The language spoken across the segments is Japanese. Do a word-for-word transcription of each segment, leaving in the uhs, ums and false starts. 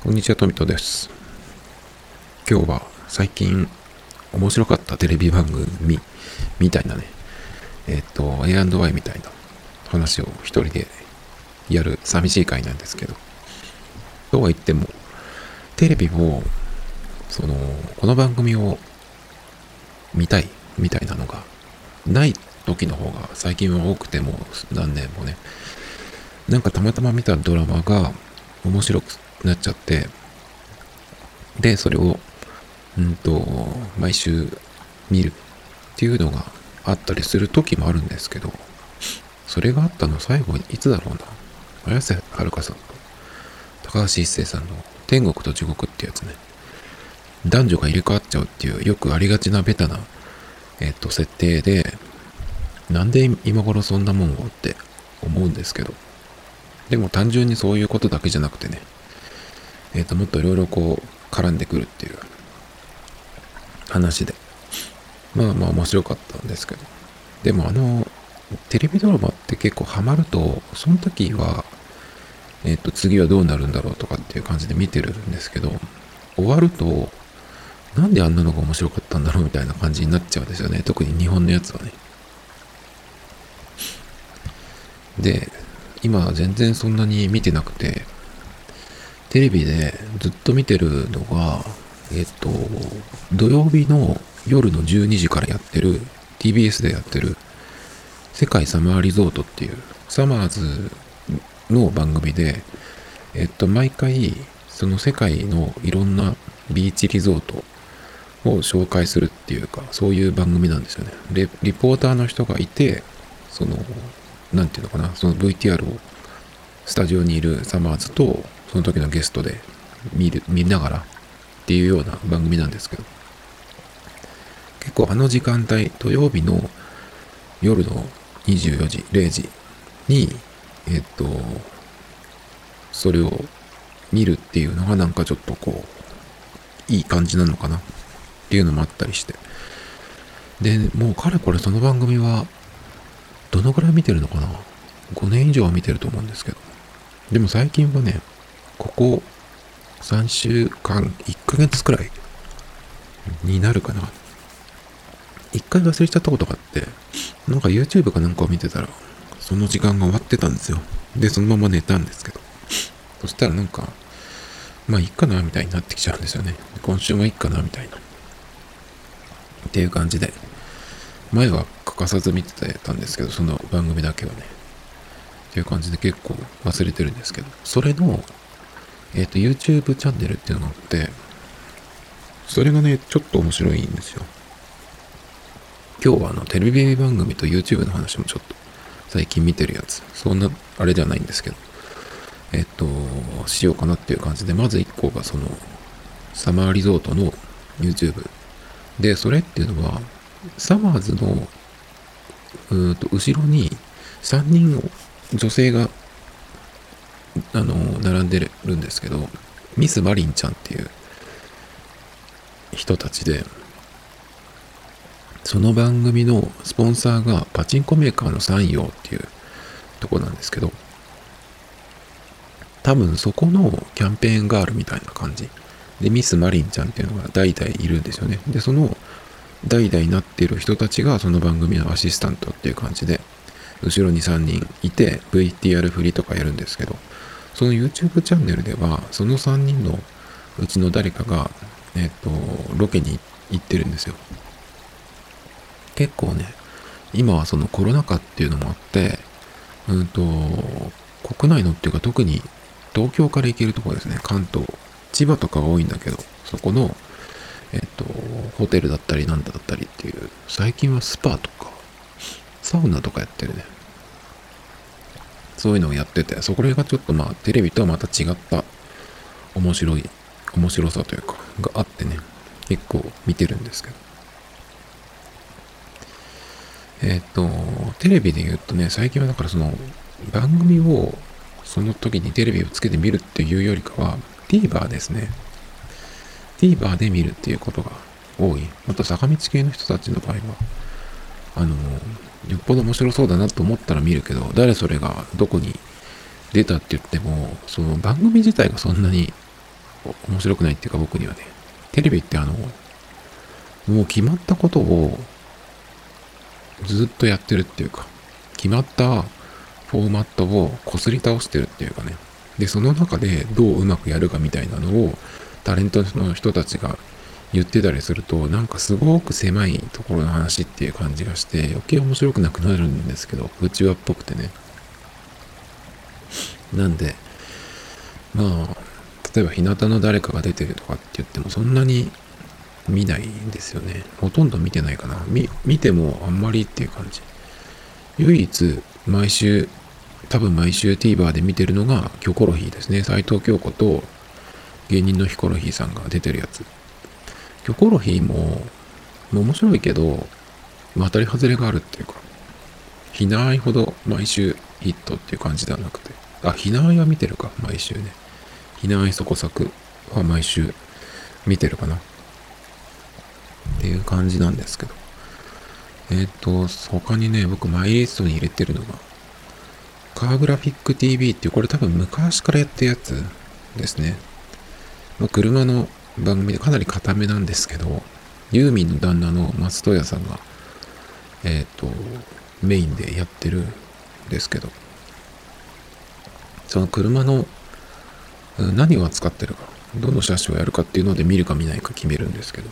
こんにちは、トミトです。今日は最近面白かったテレビ番組みたいなね、えっと、エーアンドワイ みたいな話を一人でやる寂しい回なんですけど、とは言っても、テレビを、その、この番組を見たいみたいなのがない時の方が最近は多くても何年もね、なんかたまたま見たドラマが面白くなっちゃって、で、それを、うんと、毎週見るっていうのがあったりする時もあるんですけど、それがあったの最後いつだろうな。綾瀬はるかさんと高橋一生さんの天国と地獄ってやつね。男女が入れ替わっちゃうっていうよくありがちなベタな、えっと、設定で、なんで今頃そんなもんをって思うんですけど、でも単純にそういうことだけじゃなくてね、えっと、もっといろいろこう絡んでくるっていう話で、まあまあ面白かったんですけど、でもあのテレビドラマって結構ハマると、その時はえっと次はどうなるんだろうとかっていう感じで見てるんですけど、終わるとなんであんなのが面白かったんだろうみたいな感じになっちゃうんですよね。特に日本のやつはね。で、今は全然そんなに見てなくて、テレビでずっと見てるのが、えっと、土曜日の夜のじゅうにじからやってる、ティービーエス でやってる、世界サマーリゾートっていう、サマーズの番組で、えっと、毎回、その世界のいろんなビーチリゾートを紹介するっていうか、そういう番組なんですよね。レリポーターの人がいて、その、なんていうのかな、その ブイティーアール をスタジオにいるサマーズと、その時のゲストで見る、見ながらっていうような番組なんですけど、結構あの時間帯、土曜日の夜のにじゅうよじ、れいじに、えっと、それを見るっていうのがなんかちょっとこう、いい感じなのかなっていうのもあったりして。で、もうかれこれその番組は、どのくらい見てるのかな ?ご 年以上は見てると思うんですけど。でも最近はね、ここさんしゅうかん、いっかげつくらいになるかな。一回忘れちゃったことがあって、なんか YouTube かなんかを見てたら、その時間が終わってたんですよ。で、そのまま寝たんですけど。そしたらなんか、まあいいかなみたいになってきちゃうんですよね。今週もいいかなみたいな。っていう感じで。前は欠かさず見てたんですけど、その番組だけはね。っていう感じで結構忘れてるんですけど、それの、えっと、YouTube チャンネルっていうのがあって、それがね、ちょっと面白いんですよ。今日はあの、テレビ番組と YouTube の話もちょっと、最近見てるやつ、そんな、あれじゃないんですけど、えっと、しようかなっていう感じで、まずいっこがその、サマーリゾートの YouTube。で、それっていうのは、サマーズの、うーんと、後ろにさんにんの女性が、あの、並んでるんですけど、ミス・マリンちゃんっていう人たちで、その番組のスポンサーがパチンコメーカーの三陽っていうとこなんですけど、多分そこのキャンペーンガールみたいな感じで、ミス・マリンちゃんっていうのが代々いるんですよね。で、その代々なっている人たちがその番組のアシスタントっていう感じで、後ろにさんにんいて ブイティーアール 振りとかやるんですけど、その YouTube チャンネルではそのさんにんのうちの誰かが、えっと、ロケに行ってるんですよ。結構ね、今はそのコロナ禍っていうのもあって、うんと、国内のっていうか特に東京から行けるところですね、関東、千葉とかが多いんだけど、そこの、えっと、ホテルだったりなんだったりっていう、最近はスパとか、サウナとかやってるね。そういうのをやってて、そこらがちょっとまあ、テレビとはまた違った面白い、面白さというか、があってね、結構見てるんですけど。えっと、テレビで言うとね、最近はだからその、番組を、その時にテレビをつけて見るっていうよりかは、TVer ですね。TVer で見るっていうことが多い。あと、坂道系の人たちの場合は、あの、よっぽど面白そうだなと思ったら見るけど、誰それがどこに出たって言っても、その番組自体がそんなに面白くないっていうか僕にはね、テレビってあの、もう決まったことをずっとやってるっていうか、決まったフォーマットを擦り倒してるっていうかね。で、その中でどううまくやるかみたいなのをタレントの人たちが言ってたりすると、なんかすごく狭いところの話っていう感じがして余計面白くなくなるんですけど、うちわっぽくてね。なんで、まあ、例えば日向の誰かが出てるとかって言ってもそんなに見ないんですよね。ほとんど見てないかな。見、見てもあんまりっていう感じ。唯一、毎週、多分毎週 TVer で見てるのがキョコロヒーですね。斉藤京子と芸人のヒコロヒーさんが出てるやつ。キョコロヒーも、面白いけど、当たり外れがあるっていうか、ひなあいほど毎週ヒットっていう感じではなくて。あ、ひなあいは見てるか、毎週ね。ひなあいそこ作は毎週見てるかな。っていう感じなんですけど。えっと、他にね、僕マイリストに入れてるのが、カーグラフィック ティーブイ っていう、これ多分昔からやってるやつですね。まあ、車の番組でかなり固めなんですけど、ユーミンの旦那の松任谷さんが、えっと、メインでやってるんですけど、その車の何を扱ってるか、どの車種をやるかっていうので見るか見ないか決めるんですけど、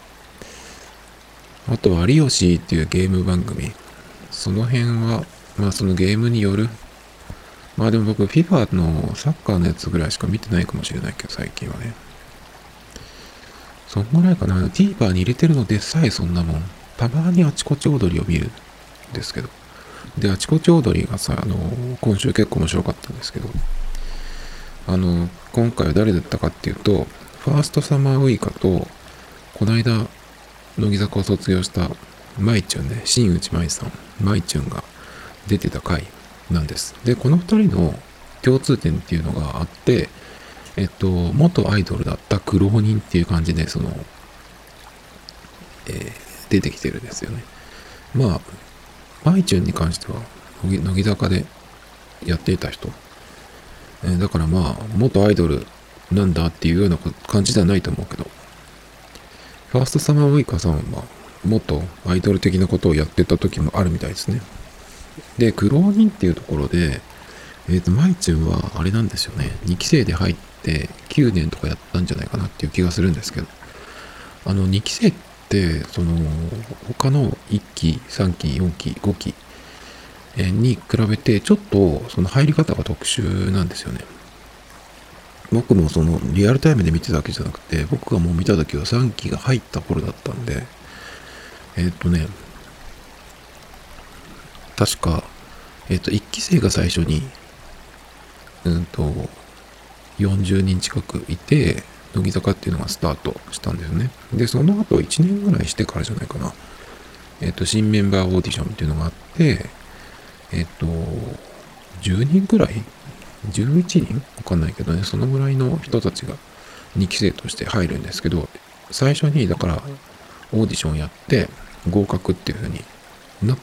あとは有吉っていうゲーム番組、その辺は、まあそのゲームによる、まあでも僕 フィファ のサッカーのやつぐらいしか見てないかもしれないけど、最近はね。そんぐらいかな。TVer に入れてるのでさえそんなもん。たまにあちこち踊りを見るんですけど。で、あちこち踊りがさ、あの、今週結構面白かったんですけど、あの、今回は誰だったかっていうと、ファーストサマーウイカと、この間、乃木坂を卒業したまいちゅんね、新内まいさん、まいちゅんが出てた回なんです。で、この二人の共通点っていうのがあって、えっと、元アイドルだった苦労人っていう感じで、その、えー、出てきてるんですよね。まあ、まいちゅんに関しては、乃木、乃木坂でやっていた人。えー、だからまあ、元アイドルなんだっていうような感じではないと思うけど、ファーストサマーウイカさんは、もっとアイドル的なことをやってた時もあるみたいですね。で、苦労人っていうところで、えっと、まいちゅんはあれなんですよね。にき生で入ってきゅうねんとかやったんじゃないかなっていう気がするんですけど、あのにき生って、その、他のいっき、さんき、よんき、ごきに比べて、ちょっとその入り方が特殊なんですよね。僕もそのリアルタイムで見てたわけじゃなくて、僕がもう見た時はさんきが入った頃だったんで、えっとね、確か、えっと、いっき生が最初に、うんと、よんじゅうにん近くいて、乃木坂っていうのがスタートしたんですよね。で、その後いちねんぐらいしてからじゃないかな。えっと、新メンバーオーディションっていうのがあって、えっと、じゅうにんくらい ?じゅういち 人わかんないけどね、そのぐらいの人たちがにき生として入るんですけど、最初に、だから、オーディションやって、合格っていう風になって、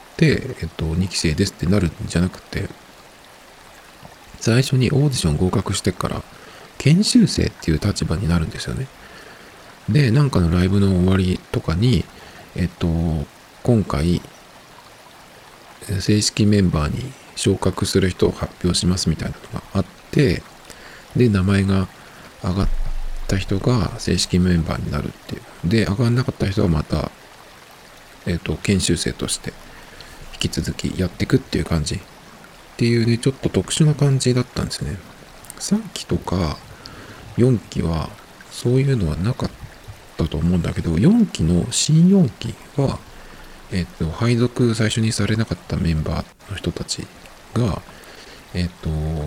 えっと、にき生ですってなるんじゃなくて、最初にオーディション合格してから、研修生っていう立場になるんですよね。で、なんかのライブの終わりとかに、えっと、今回、正式メンバーに昇格する人を発表しますみたいなのがあって、で、名前が上がった人が正式メンバーになるっていう。で、上がんなかった人はまた、えっと、研修生として引き続きやっていくっていう感じ。っていうね、ちょっと特殊な感じだったんですよね。さんきとかよんきはそういうのはなかったと思うんだけど、よんきの新よんきは、えっと、配属最初にされなかったメンバーの人たちが、えっと、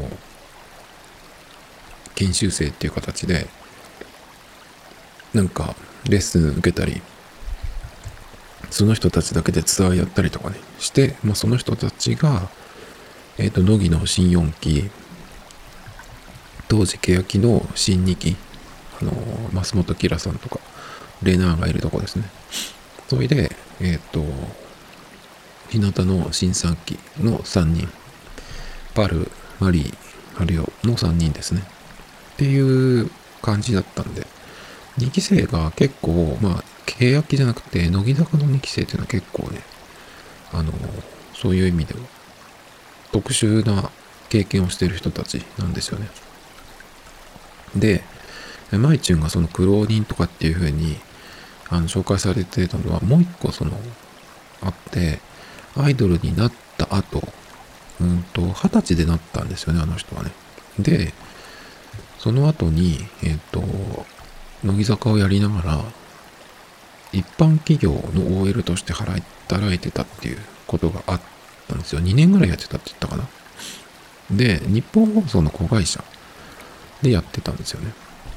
研修生っていう形で、なんか、レッスン受けたり、その人たちだけでツアーやったりとかね、して、まあ、その人たちが、えっと、乃木の新よんき、当時、欅の新にき、あの、増本キラさんとか、レナーがいるとこですね。それで、えっと、日向の新さんきのさんにん、パル、マリー、ハルヨのさんにんですね。っていう感じだったんで、にき生が結構、まあ、欅じゃなくて、乃木坂のにき生っていうのは結構ね、あの、そういう意味では、特殊な経験をしている人たちなんですよね。で、マイチュンがその苦労人とかっていう風に、あの、紹介されてたのは、もう一個その、あって、アイドルになった後、うんと、二十歳でなったんですよね、あの人はね。で、その後に、えっと、乃木坂をやりながら、一般企業の オーエル として働いてたっていうことがあったんですよ。にねんぐらいやってたって言ったかな。で、日本放送の子会社でやってたんですよね。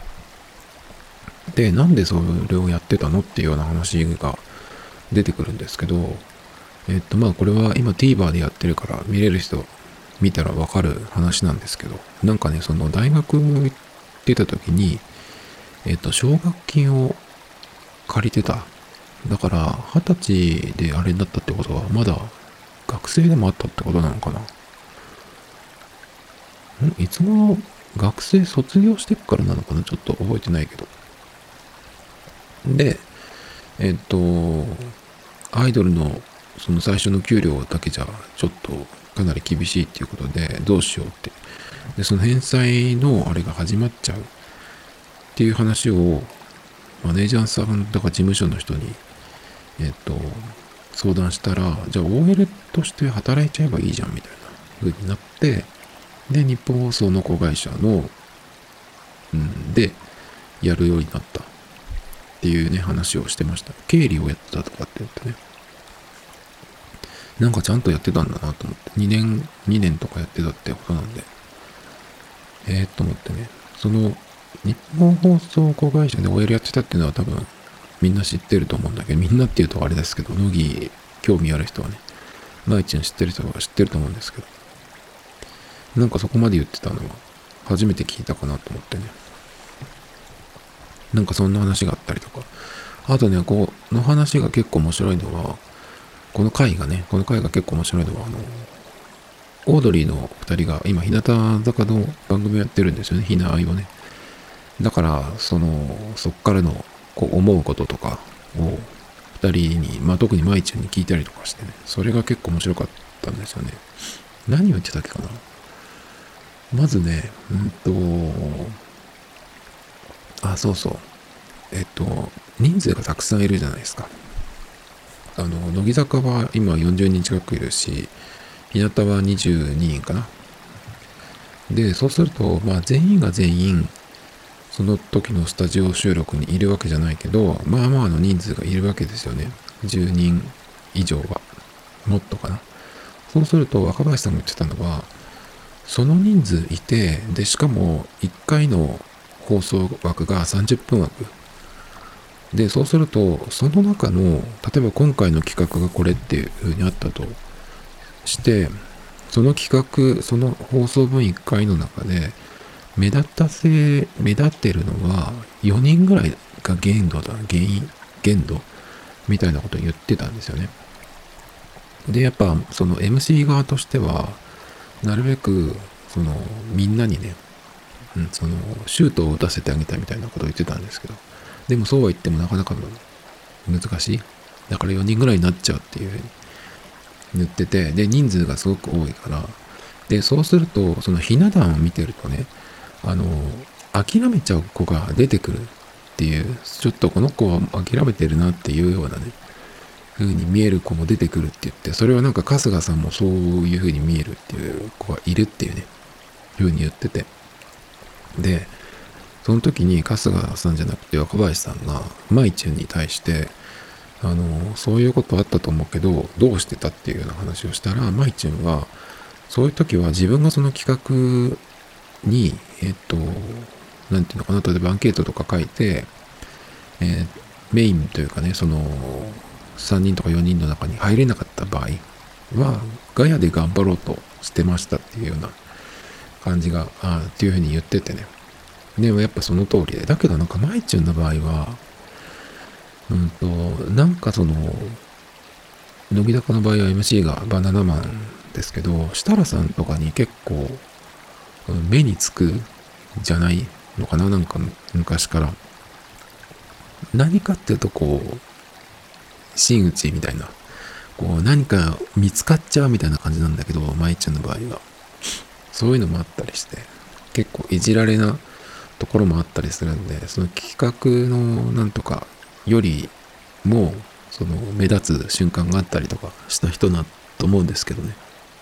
で、なんでそれをやってたのっていうような話が出てくるんですけど、えっと、まあこれは今 TVer でやってるから見れる人見たらわかる話なんですけど、なんかね、その大学行ってた時に、えっと、奨学金を借りてた。だから、二十歳であれだったってことは、まだ学生でもあったってことなのかな。んいつも学生卒業してからなのかな、ちょっと覚えてないけど。で、えっと、アイドルのその最初の給料だけじゃちょっとかなり厳しいっていうことでどうしようって。で、その返済のあれが始まっちゃうっていう話をマネージャーさんとか事務所の人に、えっと、相談したら、じゃあ オーエル として働いちゃえばいいじゃんみたいな風になって、で、日本放送の子会社の、うん、で、やるようになったっていうね、話をしてました。経理をやってたとかって言ってね。なんかちゃんとやってたんだなと思って。にねん、にねんとかやってたってことなんで。えー、と思ってね。その、日本放送子会社で オーエル やってたっていうのは多分、みんな知ってると思うんだけど、みんなっていうとあれですけど、乃木興味ある人はね、マイチン知ってる人は知ってると思うんですけど、なんかそこまで言ってたのは、初めて聞いたかなと思ってね。なんかそんな話があったりとか。あとね、この話が結構面白いのは、この回がね、この回が結構面白いのは、あの、オードリーの二人が今、日向坂の番組をやってるんですよね、ひなあいをね。だから、その、そっからの、こう、思うこととかを、二人に、まあ、特に舞ちゃんに聞いたりとかしてね、それが結構面白かったんですよね。何を言ってたっけかな。まずね、うんと、あ、そうそう。えっと、人数がたくさんいるじゃないですか。あの、乃木坂は今よんじゅうにん近くいるし、日向はにじゅうににんかな。で、そうすると、まあ全員が全員、その時のスタジオ収録にいるわけじゃないけど、まあまあの人数がいるわけですよね。じゅうにん以上は。もっとかな。そうすると、若林さんが言ってたのは、その人数いて、で、しかもいっかいの放送枠がさんじゅっぷん枠。で、そうすると、その中の、例えば今回の企画がこれっていう風にあったとして、その企画、その放送分いっかいの中で、目立たせ、目立ってるのはよにんぐらいが限度だ、原因、限度みたいなことを言ってたんですよね。で、やっぱその エムシー 側としては、なるべく、その、みんなにね、うん、その、シュートを打たせてあげたいみたいなことを言ってたんですけど、でもそうは言ってもなかなか難しい。だからよにんぐらいになっちゃうっていうふうに言ってて、で、人数がすごく多いから、で、そうすると、そのひな壇を見てるとね、あの、諦めちゃう子が出てくるっていう、ちょっとこの子は諦めてるなっていうようなね、風に見える子も出てくるって言って、それはなんか春日さんもそういう風に見えるっていう子がいるっていうね、風に言ってて。で、その時に春日さんじゃなくて若林さんが、舞ちゃんに対して、あの、そういうことあったと思うけど、どうしてたっていうような話をしたら、舞ちゃんは、そういう時は自分がその企画に、えっと、なんていうのかな、例えばアンケートとか書いて、えーメインというかね、その、さんにんとかよにんの中に入れなかった場合は、ガヤで頑張ろうとしてましたっていうような感じが、あっていうふうに言っててね。でもやっぱその通りで。だけどなんか、マイチュンの場合は、うんと、なんかその、乃木坂の場合は エムシー がバナナマンですけど、設楽さんとかに結構、目につくじゃないのかな、なんか昔から。何かっていうとこう、真打ちみたいな、こう何か見つかっちゃうみたいな感じなんだけど、舞ちゃんの場合は。そういうのもあったりして、結構いじられなところもあったりするんで、その企画のなんとかよりも、その目立つ瞬間があったりとかした人だと思うんですけどね。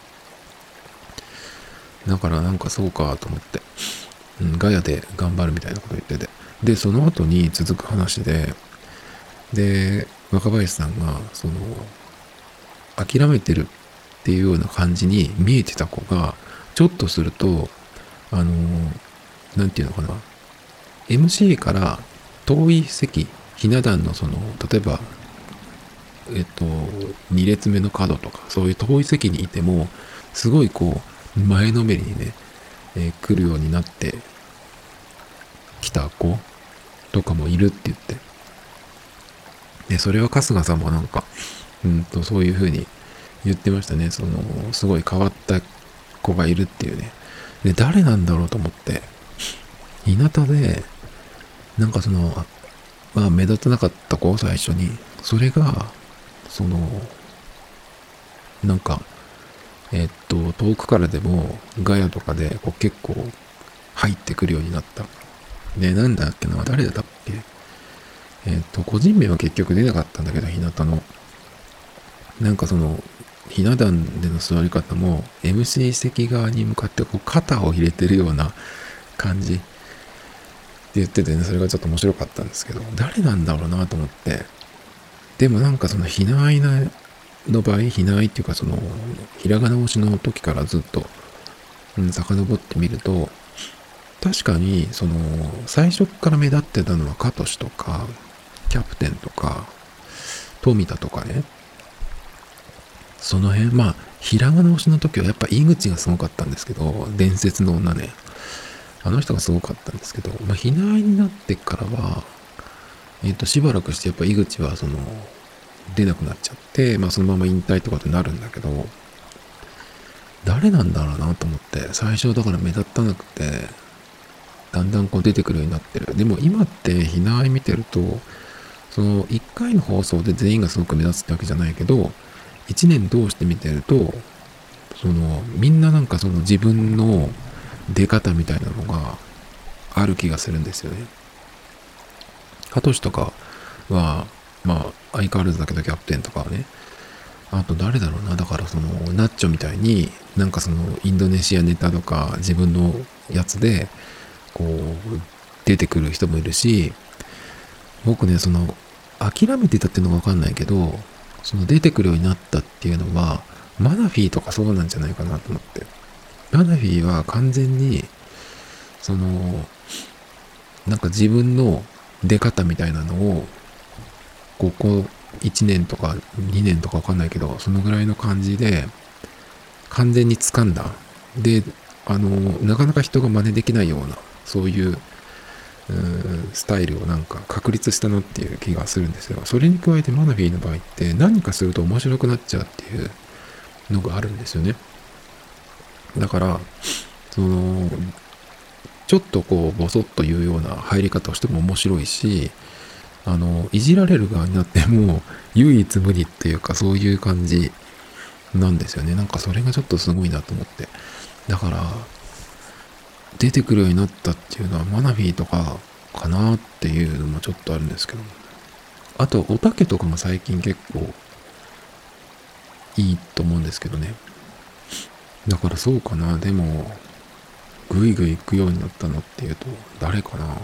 だからなんかそうかと思って、うん、ガヤで頑張るみたいなこと言ってて。で、その後に続く話で、で、若林さんが、その、諦めてるっていうような感じに見えてた子が、ちょっとすると、あの、なんていうのかな、エムシー から遠い席、ひな壇のその、例えば、えっと、に列目の角とか、そういう遠い席にいても、すごいこう、前のめりにね、えー来るようになってきた子とかもいるって言って。で、それは春日さんもなんか、うんと、そういう風に言ってましたね。その、すごい変わった子がいるっていうね。で、誰なんだろうと思って、日向で、なんかその、まあ目立たなかった子、最初に。それが、その、なんか、えっと、遠くからでも、ガヤとかで、こう結構、入ってくるようになった。で、なんだっけな、誰だったっけ。えっと、個人名は結局出なかったんだけど、日向の。なんかその、ひな壇での座り方も、エムシー 席側に向かってこう肩を入れてるような感じって言っててね、それがちょっと面白かったんですけど、誰なんだろうなと思って。でもなんかそのひなあいなの場合、ひなあいっていうかその、ひらがな推しの時からずっと、うん、遡ってみると、確かに、その、最初から目立ってたのはカトシとか、キャプテンとか、富田とかね、その辺、まあ、ひらがな推しの時はやっぱ井口がすごかったんですけど、伝説の女ね。あの人がすごかったんですけど、まあ、ひなあいになってからは、えっと、しばらくしてやっぱ井口はその、出なくなっちゃって、まあそのまま引退とかってなるんだけど、誰なんだろうなと思って、最初だから目立たなくて、だんだんこう出てくるようになってる。でも今ってひなあい見てると、そのいっかいの放送で全員がすごく目立つってわけじゃないけど、いちねん通して見てると、そのみんななんかその自分の出方みたいなのがある気がするんですよね。ハトシとかは、まあ相変わらずだけどキャプテンとかはね、あと誰だろうな、だからそのナッチョみたいになんかそのインドネシアネタとか自分のやつでこう出てくる人もいるし、僕ねその諦めてたっていうのがわかんないけど、その出てくるようになったっていうのはマナフィーとかそうなんじゃないかなと思って。マナフィーは完全にそのなんか自分の出方みたいなのをここいちねんとかにねんとかわかんないけど、そのぐらいの感じで完全に掴んだ。で、あの、なかなか人が真似できないような、そういう、うーんスタイルをなんか確立したなっていう気がするんですよ。それに加えてマナフィーの場合って何かすると面白くなっちゃうっていうのがあるんですよね。だから、その、ちょっとこう、ボソッというような入り方をしても面白いし、あの、いじられる側になっても、唯一無二っていうか、そういう感じなんですよね。なんかそれがちょっとすごいなと思って。だから、出てくるようになったっていうのは、マナフィーとかかなっていうのもちょっとあるんですけど。あと、おたけとかも最近結構いいと思うんですけどね。だからそうかな。でも、ぐいぐい行くようになったのっていうと、誰かな。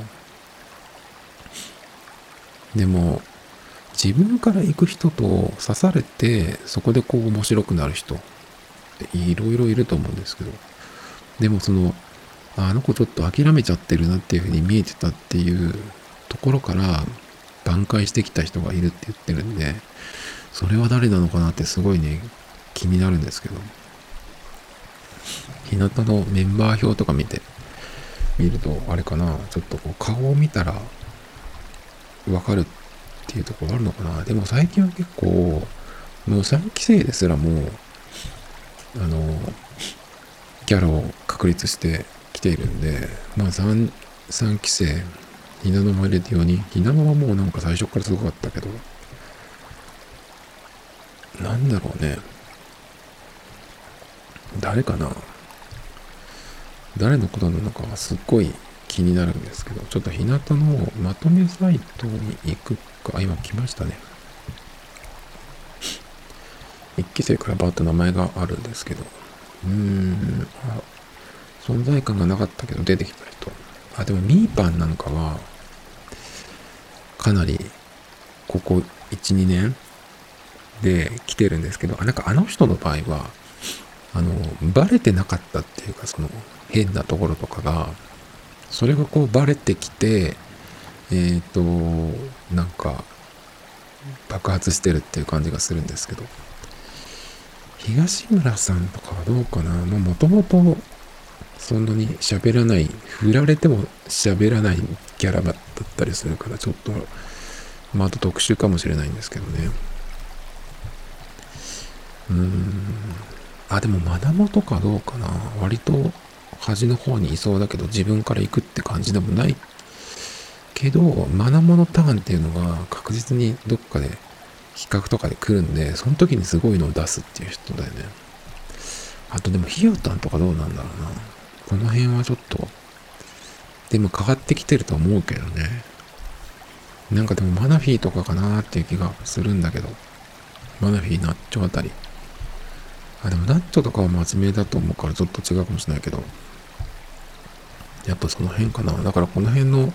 でも、自分から行く人と刺されて、そこでこう面白くなる人っていろいろいると思うんですけど、でもその、あの子ちょっと諦めちゃってるなっていうふうに見えてたっていうところから挽回してきた人がいるって言ってるんで、それは誰なのかなってすごいね、気になるんですけど、日向のメンバー表とか見てみると、あれかな、ちょっとこう顔を見たらわかるっていうところあるのかな。でも最近は結構、もうさんき生ですらもう、あの、キャラを確立してきているんで、まあさん、 さんき生、ひなのも入れてよにん。ひなのはもうなんか最初からすごかったけど、なんだろうね。誰かな誰のことなのかはすっごい気になるんですけど、ちょっと日向のまとめサイトに行くか、今来ましたね。一期生からバーッと名前があるんですけど、うーん、あ、存在感がなかったけど出てきた人。あ、でもミーパンなんかは、かなり、ここいち、にねんで来てるんですけど、あ、なんかあの人の場合は、あの、バレてなかったっていうか、その、変なところとかが、それがこうバレてきて、えっと、なんか、爆発してるっていう感じがするんですけど、東村さんとかはどうかな。まあ、もともと、そんなに喋らない、振られても喋らないキャラだったりするから、ちょっと、まあ、あと特殊かもしれないんですけどね。うーん。あ、でも、マナモとかどうかな。割と、端の方にいそうだけど、自分から行くって感じでもないけど、マナモのターンっていうのが確実にどっかで企画とかで来るんで、その時にすごいのを出すっていう人だよね。あとでもヒヨタンとかどうなんだろうな。この辺はちょっと、でも変わってきてると思うけどね。なんかでもマナフィーとかかなーっていう気がするんだけど、マナフィー、ナッチョあたり。あ、でもナッチョとかは真面目だと思うからちょっと違うかもしれないけど、やっぱその辺かな。だからこの辺の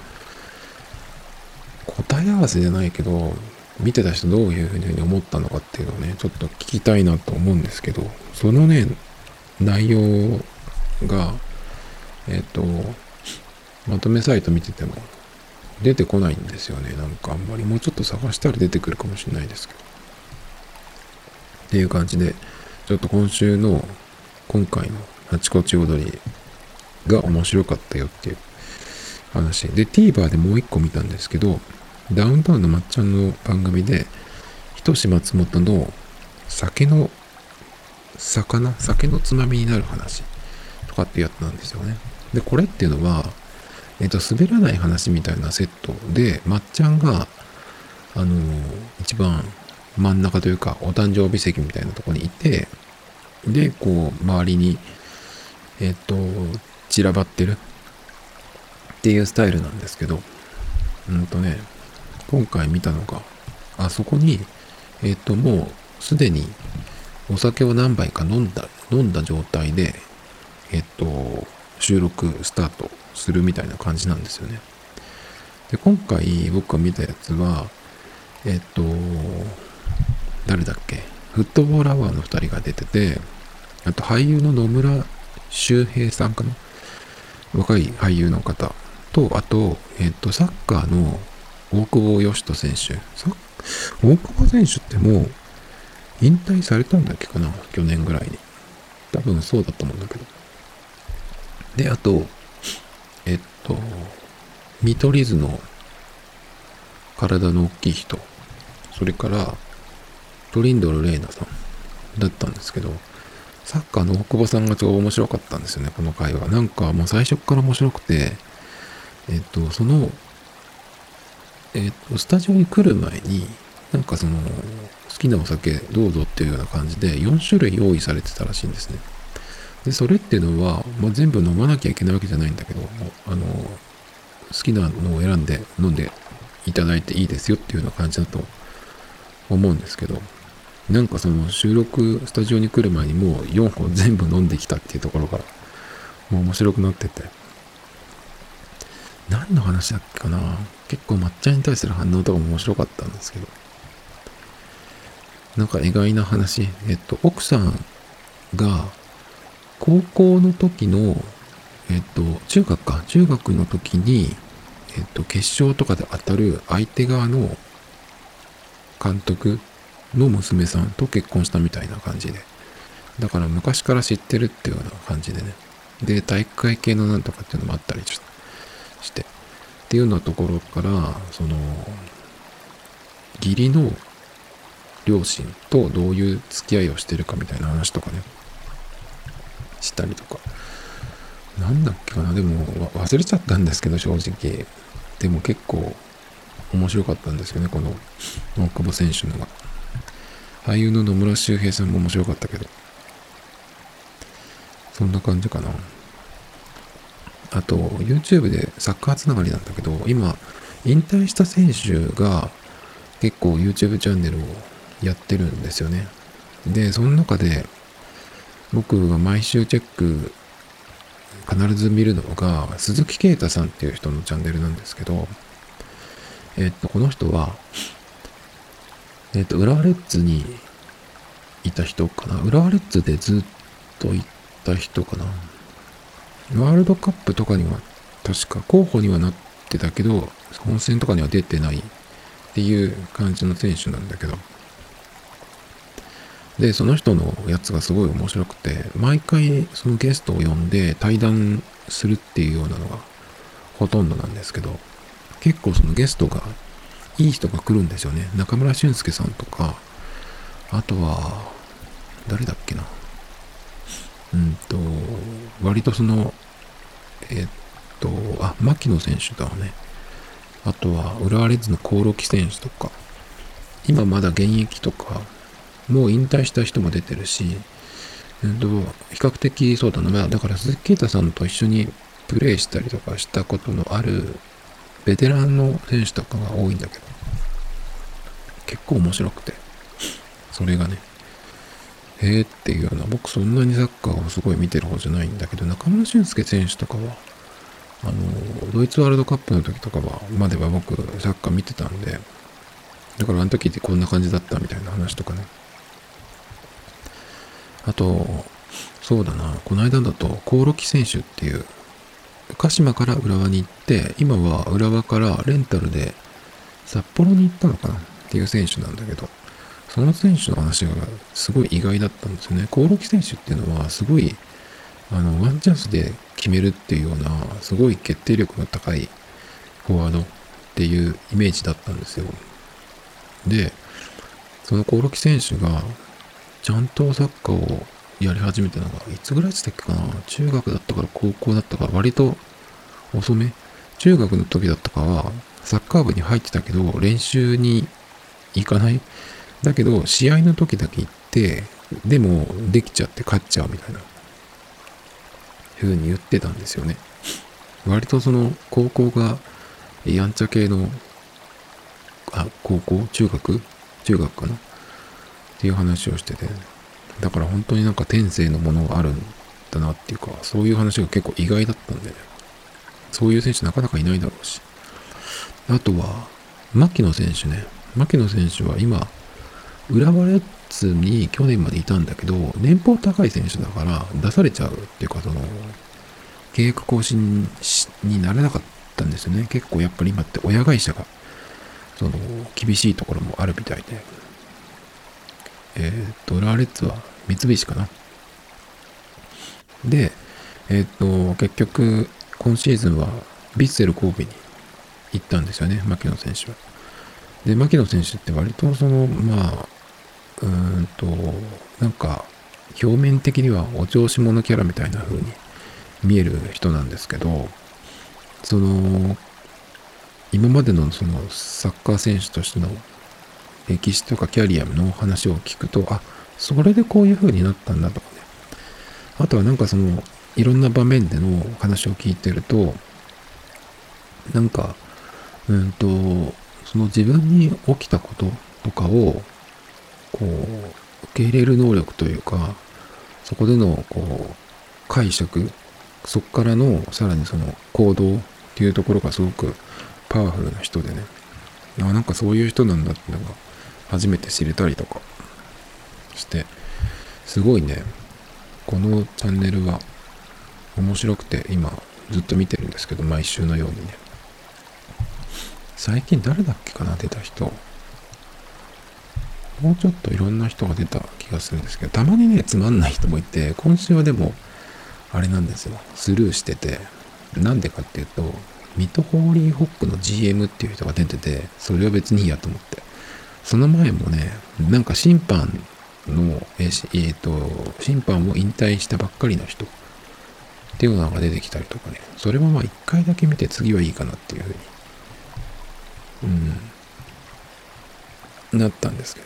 答え合わせじゃないけど、見てた人どういうふうに思ったのかっていうのをね、ちょっと聞きたいなと思うんですけど、そのね、内容が、えっと、まとめサイト見てても出てこないんですよね。なんかあんまりもうちょっと探したら出てくるかもしれないですけど。っていう感じで、ちょっと今週の、今回のあちこち踊りが面白かったよっていう話。で、TVer でもう一個見たんですけど、ダウンタウンのまっちゃんの番組で、ひとし松本の酒の、魚酒のつまみになる話とかってやつなんですよね。で、これっていうのは、えっと、滑らない話みたいなセットで、まっちゃんが、あのー、一番真ん中というか、お誕生日席みたいなところにいて、で、こう、周りに、えっと、散らばってるっていうスタイルなんですけど、うんとね、今回見たのが、あそこに、えっと、もうすでにお酒を何杯か飲んだ、飲んだ状態で、えっと、収録スタートするみたいな感じなんですよね。で、今回僕が見たやつは、えっと、誰だっけフットボールアワーのふたりが出てて、あと俳優の野村周平さんかな若い俳優の方と、あと、えっと、サッカーの大久保嘉人選手。大久保選手ってもう引退されたんだっけかな去年ぐらいに。多分そうだと思うんだけど。で、あと、えっと、見取り図の体の大きい人。それから、トリンドル・レイナさんだったんですけど、サッカーの大久保さんが超面白かったんですよね、この回は。なんかもう最初から面白くて、えっと、その、えっと、スタジオに来る前に、なんかその、好きなお酒どうぞっていうような感じでよん種類用意されてたらしいんですね。で、それっていうのは、まあ、全部飲まなきゃいけないわけじゃないんだけど、あの、好きなのを選んで飲んでいただいていいですよっていうような感じだと思うんですけど、なんかその収録スタジオに来る前にもうよんほん全部飲んできたっていうところから、もう面白くなってて、何の話だっけかな。結構抹茶に対する反応とかも面白かったんですけど、なんか意外な話。えっと、奥さんが高校の時の、えっと、中学か、中学の時に、えっと、決勝とかで当たる相手側の監督の娘さんと結婚したみたいな感じで。だから昔から知ってるっていうような感じでね。で、体育会系のなんとかっていうのもあったりして。っていうようなところから、その、義理の両親とどういう付き合いをしてるかみたいな話とかね、したりとか。 なんだっけかな、でも忘れちゃったんですけど、正直。でも結構面白かったんですよね、この大久保選手のが。俳優の野村周平さんも面白かったけど、そんな感じかな。あと、YouTube でサッカーつながりなんだけど、今、引退した選手が結構 YouTube チャンネルをやってるんですよね。で、その中で僕が毎週チェック必ず見るのが鈴木啓太さんっていう人のチャンネルなんですけど、えっと、この人は、えっと、浦和レッズにいた人かな。浦和レッズでずっといた人かな。ワールドカップとかには確か候補にはなってたけど、本戦とかには出てないっていう感じの選手なんだけど、で、その人のやつがすごい面白くて、毎回そのゲストを呼んで対談するっていうようなのがほとんどなんですけど、結構そのゲストがいい人が来るんですよね。中村俊輔さんとか、あとは、誰だっけな。うんと、割とその、えっと、あ、牧野選手だわね。あとは、浦和レッズの興梠選手とか、今まだ現役とか、もう引退した人も出てるし、えっと、比較的そうだな。まあ、だから鈴木啓太さんと一緒にプレーしたりとかしたことのあるベテランの選手とかが多いんだけど、結構面白くて、それがね、へーっていうような、僕そんなにサッカーをすごい見てる方じゃないんだけど、中村俊輔選手とかは、あの、ドイツワールドカップの時とかは、までは僕サッカー見てたんで、だからあの時ってこんな感じだったみたいな話とかね。あと、そうだな、この間だと、興梠選手っていう、鹿島から浦和に行って、今は浦和からレンタルで札幌に行ったのかなっていう選手なんだけど、その選手の話がすごい意外だったんですよね。興梠選手っていうのはすごい、あの、ワンチャンスで決めるっていうような、すごい決定力の高いフォワードっていうイメージだったんですよ。で、その興梠選手が、ちゃんとサッカーをやり始めたのが、いつぐらいでしたっけかな。中学だったから高校だったから割と遅め。中学の時だったかは、サッカー部に入ってたけど、練習に行かない。だけど、試合の時だけ行って、でも、できちゃって勝っちゃうみたいな、風に言ってたんですよね。割とその、高校が、やんちゃ系の、あ、高校中学中学かなっていう話をしてて、だから本当になんか天性のものがあるんだなっていうか、そういう話が結構意外だったんでね。そういう選手なかなかいないだろうし。あとは、牧野選手ね。牧野選手は今、浦和レッズに去年までいたんだけど、年俸高い選手だから出されちゃうっていうか、その、契約更新になれなかったんですよね。結構やっぱり今って親会社が、その、厳しいところもあるみたいで。えーっと、浦和レッズは三菱かな。で、えーっと、結局、今シーズンはヴィッセル神戸に行ったんですよね、牧野選手は。で、牧野選手って割とその、まあ、うーんと、なんか、表面的にはお調子者キャラみたいな風に見える人なんですけど、その、今までのそのサッカー選手としての歴史とかキャリアの話を聞くと、あ、それでこういう風になったんだとかね。あとはなんかその、いろんな場面での話を聞いてると、なんか、うんと、その自分に起きたこととかを、こう、受け入れる能力というか、そこでの、こう、解釈、そこからの、さらにその行動っていうところがすごくパワフルな人でね。あ、なんかそういう人なんだってのが初めて知れたりとかして、すごいね、このチャンネルは面白くて今ずっと見てるんですけど、毎週のようにね。最近誰だっけかな、出た人。もうちょっといろんな人が出た気がするんですけど、たまにね、つまんない人もいて、今週はでも、あれなんですよ。スルーしてて、なんでかっていうと、ミトホーリーホックの ジーエム っていう人が出てて、それは別にいいやと思って。その前もね、なんか審判の、えー、えーと、審判を引退したばっかりの人っていうのが出てきたりとかね。それはまあ一回だけ見て次はいいかなっていうふうに、うん、なったんですけ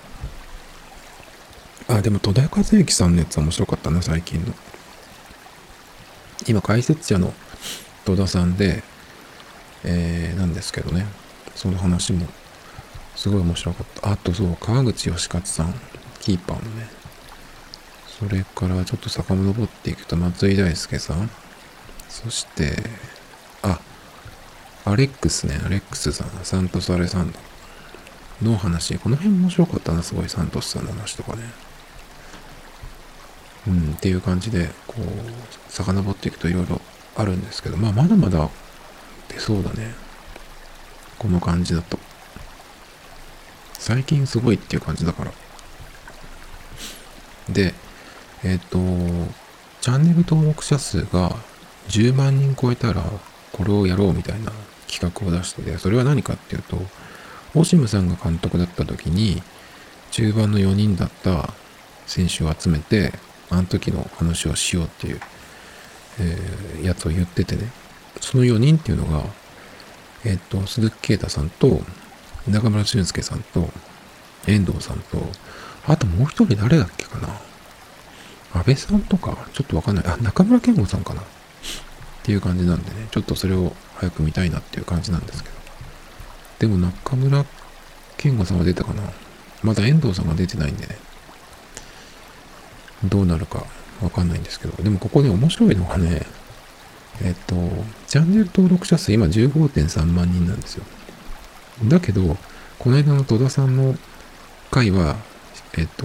ど。あ、でも戸田和幸さんのやつは面白かったな、最近の。今解説者の戸田さんで、えー、なんですけどね。その話もすごい面白かった。あとそう、川口義勝さん、キーパーのね。それからちょっと遡っていくと松井大輔さん。そして、あ、アレックスね、アレックスさん、サントス・アレサンドの話。この辺面白かったな、すごい、サントスさんの話とかね。うん、っていう感じで、こう、遡っていくといろいろあるんですけど、まあ、まだまだ出そうだね。この感じだと。最近すごいっていう感じだから。で、えっと、チャンネル登録者数がじゅうまんにん超えたら、これをやろうみたいな企画を出してて、それは何かっていうと、オシムさんが監督だった時に、中盤のよにんだった選手を集めて、あの時の話をしようっていう、えー、やつを言っててね。そのよにんっていうのが、えっと、鈴木啓太さんと、中村俊輔さんと、遠藤さんと、あともう一人誰だっけかな。安倍さんとか、ちょっとわかんない。あ、中村健吾さんかな。っていう感じなんでね、ちょっとそれを早く見たいなっていう感じなんですけど。でも中村健吾さんは出たかな。まだ遠藤さんが出てないんでね。どうなるかわかんないんですけど。でもここね、面白いのがね、えっと、チャンネル登録者数今 じゅうごてんさんまんにんなんですよ。だけど、この間の戸田さんの回は、えっと、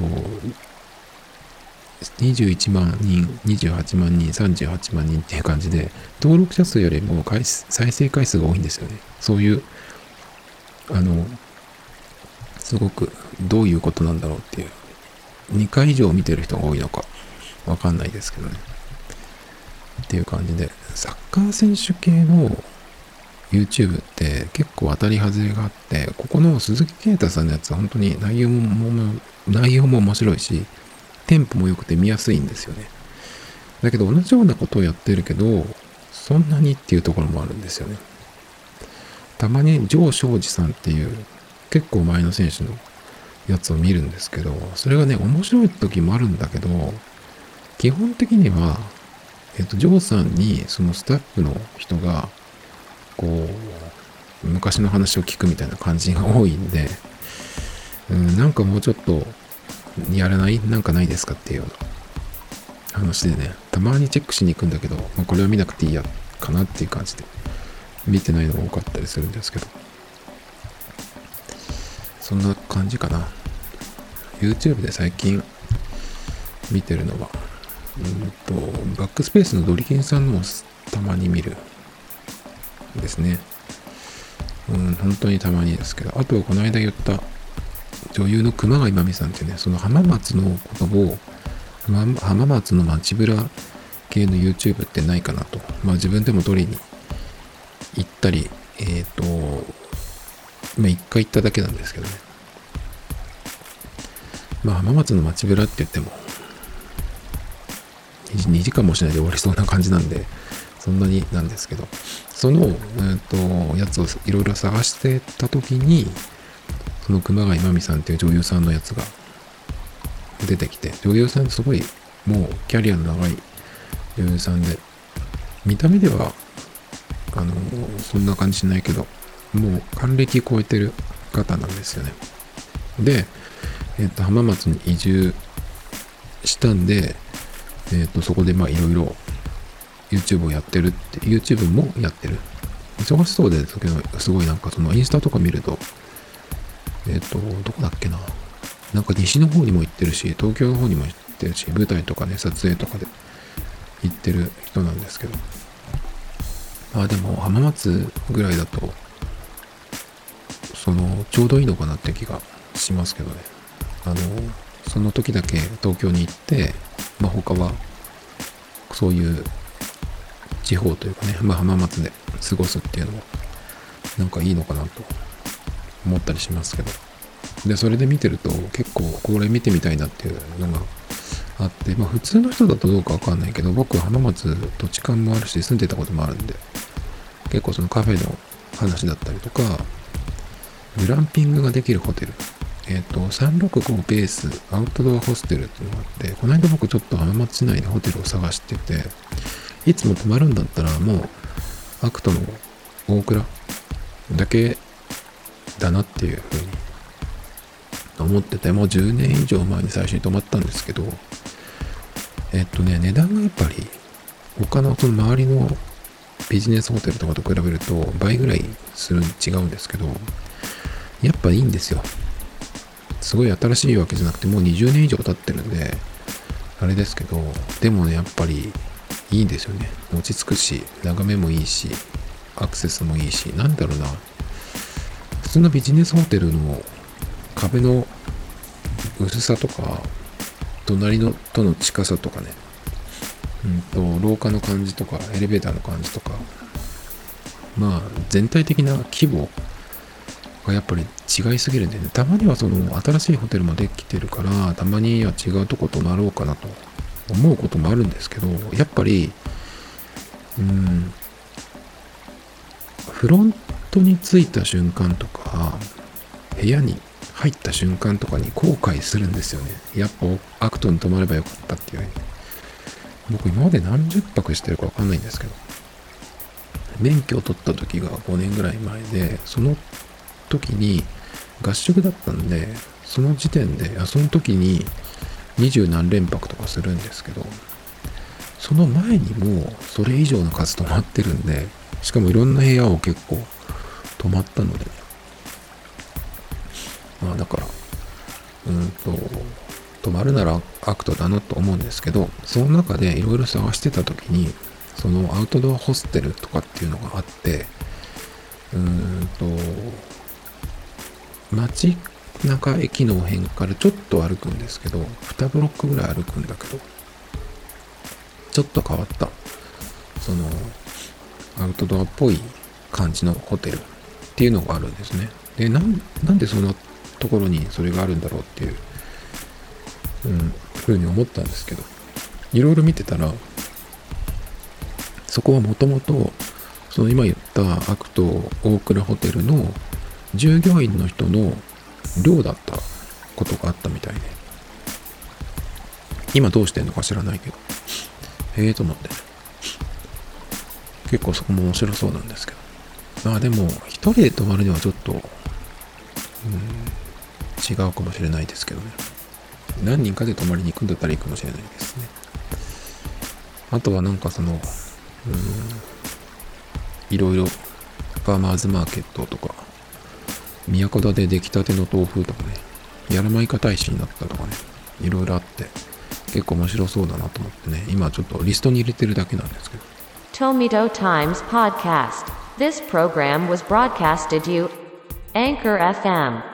にじゅういちまんにん、にじゅうはちまんにん、さんじゅうはちまんにんっていう感じで、登録者数よりも回再生回数が多いんですよね。そういう、あの、すごくどういうことなんだろうっていう。にかい以上見てる人が多いのかわかんないですけどね。っていう感じで、サッカー選手系の YouTube って結構当たり外れがあって、ここの鈴木啓太さんのやつは本当に内容も、内容も面白いし、テンポも良くて見やすいんですよね。だけど同じようなことをやってるけど、そんなにっていうところもあるんですよね。たまに城彰二さんっていう結構前の選手のやつを見るんですけど、それがね、面白い時もあるんだけど、基本的には、えっと、ジョーさんにそのスタッフの人が、こう、昔の話を聞くみたいな感じが多いんで、うん、なんかもうちょっとやらないなんかないですかっていうような話でね、たまにチェックしに行くんだけど、まあ、これは見なくていいやかなっていう感じで、見てないのが多かったりするんですけど、そんな感じかな。YouTube で最近見てるのは、うんと、バックスペースのドリキンさんのもたまに見るですね。うん、本当にたまにですけど、あとはこの間言った女優の熊谷真美さんってね、その浜松のことを、浜松の街ブラ系の YouTube ってないかなと。まあ自分でも撮りに行ったり、えっと、まあ一回行っただけなんですけどね。まあ浜松の街ブラって言っても、にじかんもしないで終わりそうな感じなんで、そんなになんですけど、その、えー、とやつをいろいろ探してた時に、その熊谷真美さんっていう女優さんのやつが出てきて、女優さんすごいもうキャリアの長い女優さんで、見た目ではあのそんな感じしないけど、もう還暦超えてる方なんですよね。で、えっ、と浜松に移住したんで、えっ、とそこでまあいろいろ YouTube をやってるって、YouTube もやってる。忙しそうで、すごいなんかそのインスタとか見ると、えっ、と、どこだっけな。なんか西の方にも行ってるし、東京の方にも行ってるし、舞台とかね、撮影とかで行ってる人なんですけど。まあでも浜松ぐらいだと、その、ちょうどいいのかなって気がしますけどね。あの、その時だけ東京に行って、まあ他は、そういう地方というかね、まあ浜松で過ごすっていうのも、なんかいいのかなと思ったりしますけど。で、それで見てると結構これ見てみたいなっていうのがあって、まあ普通の人だとどうかわかんないけど、僕は浜松土地勘もあるし住んでたこともあるんで、結構そのカフェの話だったりとか、グランピングができるホテル、えっとさんろくごベースアウトドアホステルっていうのがあって、この間僕ちょっと浜松市内でホテルを探してて、いつも泊まるんだったらもうアクトの大倉だけだなっていうふうに思ってて、もうじゅうねん以上前に最初に泊まったんですけど、えっとね値段がやっぱり他のその周りのビジネスホテルとかと比べると倍ぐらいする違うんですけど、やっぱいいんですよ。すごい新しいわけじゃなくてもうにじゅうねん以上経ってるんであれですけど、でもねやっぱりいいんですよね。落ち着くし、眺めもいいし、アクセスもいいし、なんだろうな、普通のビジネスホテルの壁の薄さとか隣のとの近さとかね、うんと廊下の感じとかエレベーターの感じとか、まあ全体的な規模がやっぱり違いすぎるんでね、たまにはその新しいホテルもできてるから、たまには違うとこ泊まろうかなと思うこともあるんですけど、やっぱりうーんフロントに着いた瞬間とか部屋に入った瞬間とかに後悔するんですよね。やっぱアクトに泊まればよかったっていうふうに。僕今まで何十泊してるかわかんないんですけど、免許を取った時がごねんぐらい前で、その時に合宿だったんで、その時点でその時に二十何連泊とかするんですけど、その前にもそれ以上の数泊まってるんで、しかもいろんな部屋を結構泊まったので、まあだからうんと泊まるならアクトだなと思うんですけど、その中でいろいろ探してた時にそのアウトドアホステルとかっていうのがあって、うーんと街中駅の辺からちょっと歩くんですけど、にブロックぐらい歩くんだけど、ちょっと変わったそのアウトドアっぽい感じのホテルっていうのがあるんですね。で、なん、なんでそんなところにそれがあるんだろうっていう、うん、ふうに思ったんですけど、いろいろ見てたら、そこはもともとその今言ったアクト大倉ホテルの従業員の人の寮だったことがあったみたいで、今どうしてんのか知らないけど、へえと思って、結構そこも面白そうなんですけど、まあでも一人で泊まるにはちょっと、うん、違うかもしれないですけどね。何人かで泊まりに行くんだったらいいかもしれないですね。あとはなんかその、うん、いろいろファーマーズマーケットとか、宮古田で出来たての豆腐とかね、やらまいか大使になったとかね、いろいろあって結構面白そうだなと思ってね、今ちょっとリストに入れてるだけなんですけど。 Tomito Times Podcast. This program was broadcasted you Anchor エフエム